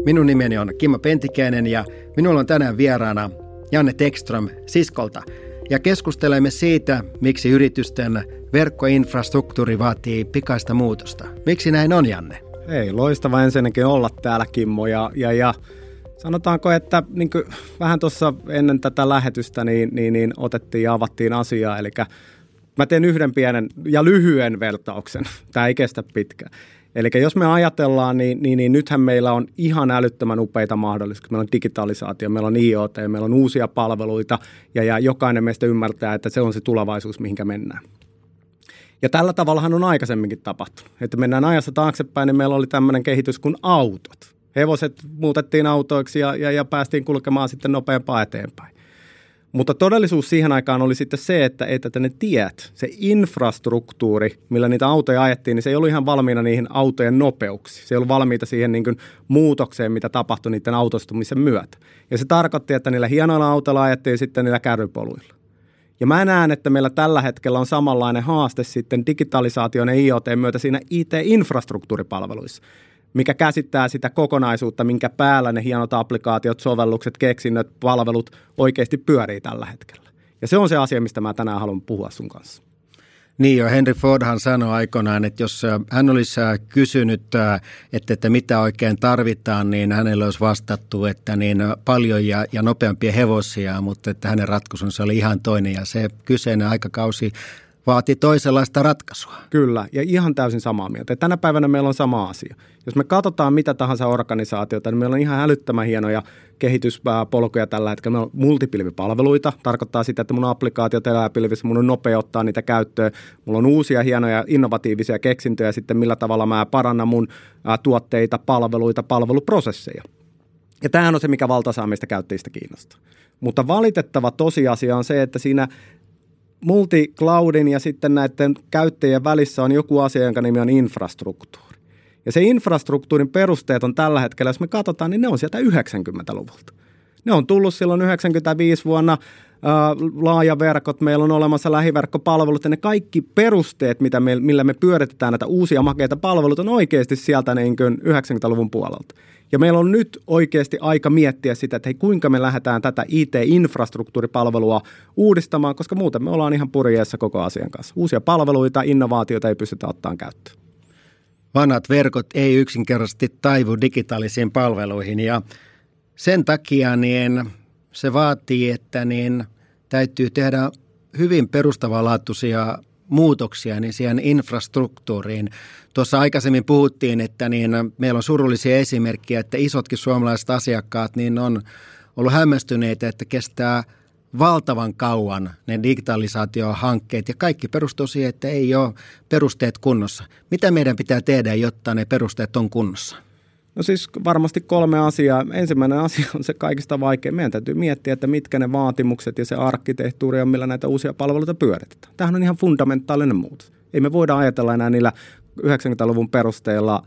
Minun nimeni on Kimmo Pentikäinen ja minulla on tänään vieraana Janne Tekström Siskolta. Ja keskustelemme siitä, miksi yritysten verkkoinfrastruktuuri vaatii pikaista muutosta. Miksi näin on, Janne? Hei, loistava ensinnäkin olla täällä, Kimmo. Ja sanotaanko, että niin vähän tuossa ennen tätä lähetystä niin otettiin ja avattiin asiaa. Eli mä teen yhden pienen ja lyhyen vertauksen. Tämä ei kestä pitkään. Eli jos me ajatellaan, niin nythän meillä on ihan älyttömän upeita mahdollisuuksia. Meillä on digitalisaatio, meillä on IoT, meillä on uusia palveluita ja jokainen meistä ymmärtää, että se on se tulevaisuus, mihinkä mennään. Ja tällä tavallahan on aikaisemminkin tapahtunut. Että mennään ajassa taaksepäin, niin meillä oli tämmöinen kehitys kuin autot. Hevoset muutettiin autoiksi ja päästiin kulkemaan sitten nopeampaa eteenpäin. Mutta todellisuus siihen aikaan oli sitten se, että ne tiet, se infrastruktuuri, millä niitä autoja ajettiin, niin se ei ollut ihan valmiina niihin autojen nopeuksiin. Se ei ollut valmiita siihen niin kuin muutokseen, mitä tapahtui niiden autostumisen myötä. Ja se tarkoitti, että niillä hienoilla autoilla ajettiin sitten niillä kärrypoluilla. Ja mä näen, että meillä tällä hetkellä on samanlainen haaste sitten digitalisaation ja IoT myötä siinä IT-infrastruktuuripalveluissa, mikä käsittää sitä kokonaisuutta, minkä päällä ne hienot applikaatiot, sovellukset, keksinnöt, palvelut oikeasti pyörii tällä hetkellä. Ja se on se asia, mistä mä tänään haluan puhua sun kanssa. Niin jo, Henry Fordhan sanoi aikoinaan, että jos hän olisi kysynyt, että mitä oikein tarvitaan, niin hänelle olisi vastattu, että niin paljon ja nopeampia hevosia, mutta että hänen ratkaisunsa oli ihan toinen ja se kyseinen aikakausi vaati toisenlaista ratkaisua. Kyllä, ja ihan täysin samaa mieltä. Ja tänä päivänä meillä on sama asia. Jos me katsotaan mitä tahansa organisaatiota, niin meillä on ihan älyttömän hienoja kehityspolkuja tällä hetkellä. Meillä on multipilvipalveluita, tarkoittaa sitä, että mun applikaatiot elää pilvissä, mun on nopea ottaa niitä käyttöön. Mulla on uusia hienoja innovatiivisia keksintöjä sitten, millä tavalla mä parannan mun tuotteita, palveluita, palveluprosesseja. Ja tämähän on se, mikä valtaosa meistä käyttäjistä kiinnostaa. Mutta valitettava tosiasia on se, että siinä multicloudin ja sitten näiden käyttäjien välissä on joku asia, jonka nimi on infrastruktuuri. Ja se infrastruktuurin perusteet on tällä hetkellä, jos me katsotaan, niin ne on sieltä 90-luvulta. Ne on tullut silloin 95 vuonna laajaverkot, meillä on olemassa lähiverkkopalvelut ja ne kaikki perusteet, millä me pyöritetään näitä uusia makeita palveluita, on oikeasti sieltä niin kuin 90-luvun puolelta. Ja meillä on nyt oikeasti aika miettiä sitä, että hei, kuinka me lähdetään tätä IT-infrastruktuuripalvelua uudistamaan, koska muuten me ollaan ihan purjeessa koko asian kanssa. Uusia palveluita, innovaatioita ei pystytä ottamaan käyttöön. Vanhat verkot ei yksinkertaisesti taivu digitaalisiin palveluihin ja sen takia niin se vaatii, että niin täytyy tehdä hyvin perustavanlaatuisia muutoksia niin siihen infrastruktuuriin. Tuossa aikaisemmin puhuttiin, että niin meillä on surullisia esimerkkejä, että isotkin suomalaiset asiakkaat niin on ollut hämmästyneitä, että kestää valtavan kauan ne digitalisaatiohankkeet ja kaikki perustuu siihen, että ei ole perusteet kunnossa. Mitä meidän pitää tehdä, jotta ne perusteet on kunnossa? No siis varmasti 3 asiaa. Ensimmäinen asia on se kaikista vaikein. Meidän täytyy miettiä, että mitkä ne vaatimukset ja se arkkitehtuuri on, millä näitä uusia palveluita pyöritetään. Tämähän on ihan fundamentaalinen muutos. Ei me voida ajatella enää niillä 90-luvun perusteella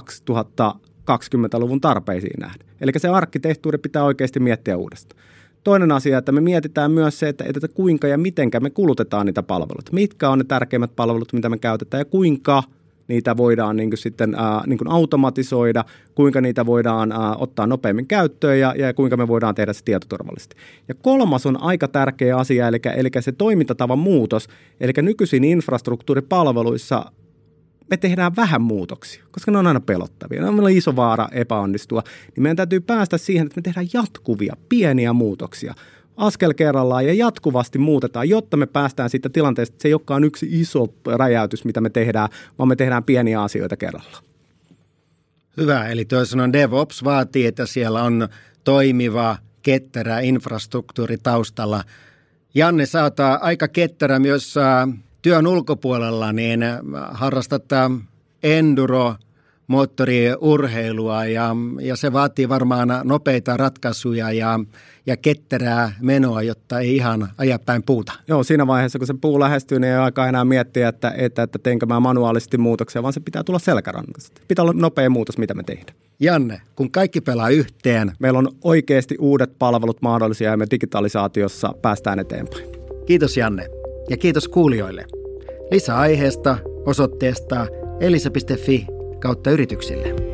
2020-luvun tarpeisiin nähden. Eli se arkkitehtuuri pitää oikeasti miettiä uudestaan. Toinen asia, että me mietitään myös se, että kuinka ja mitenkä me kulutetaan niitä palveluita. Mitkä on ne tärkeimmät palvelut, mitä me käytetään ja kuinka niitä voidaan niin kuin sitten niin kuin automatisoida, kuinka niitä voidaan ottaa nopeammin käyttöön ja kuinka me voidaan tehdä se tietoturvallisesti. Ja 3 on aika tärkeä asia, eli se toimintatavan muutos, eli nykyisin infrastruktuuripalveluissa me tehdään vähän muutoksia, koska ne on aina pelottavia. Ne on iso vaara epäonnistua, niin meidän täytyy päästä siihen, että me tehdään jatkuvia, pieniä muutoksia. Askel kerrallaan ja jatkuvasti muutetaan, jotta me päästään siitä tilanteesta, että se ei olekaan yksi iso räjäytys, mitä me tehdään, vaan me tehdään pieniä asioita kerrallaan. Hyvä, eli toisin sanoen DevOps vaatii, että siellä on toimiva, ketterä infrastruktuuri taustalla. Janne, sä oot aika ketterä myös työn ulkopuolella, niin harrastat moottoriurheilua ja se vaatii varmaan nopeita ratkaisuja ja ketterää menoa, jotta ei ihan aja päin puuta. Joo, siinä vaiheessa kun se puu lähestyy, niin ei aikaa enää miettiä, että teinkö mä manuaalisesti muutoksia, vaan se pitää tulla selkärangasta. Pitää olla nopea muutos, mitä me tehdään. Janne, kun kaikki pelaa yhteen. Meillä on oikeasti uudet palvelut mahdollisia ja me digitalisaatiossa päästään eteenpäin. Kiitos Janne ja kiitos kuulijoille. Lisää aiheesta osoitteesta elisa.fi/yrityksille.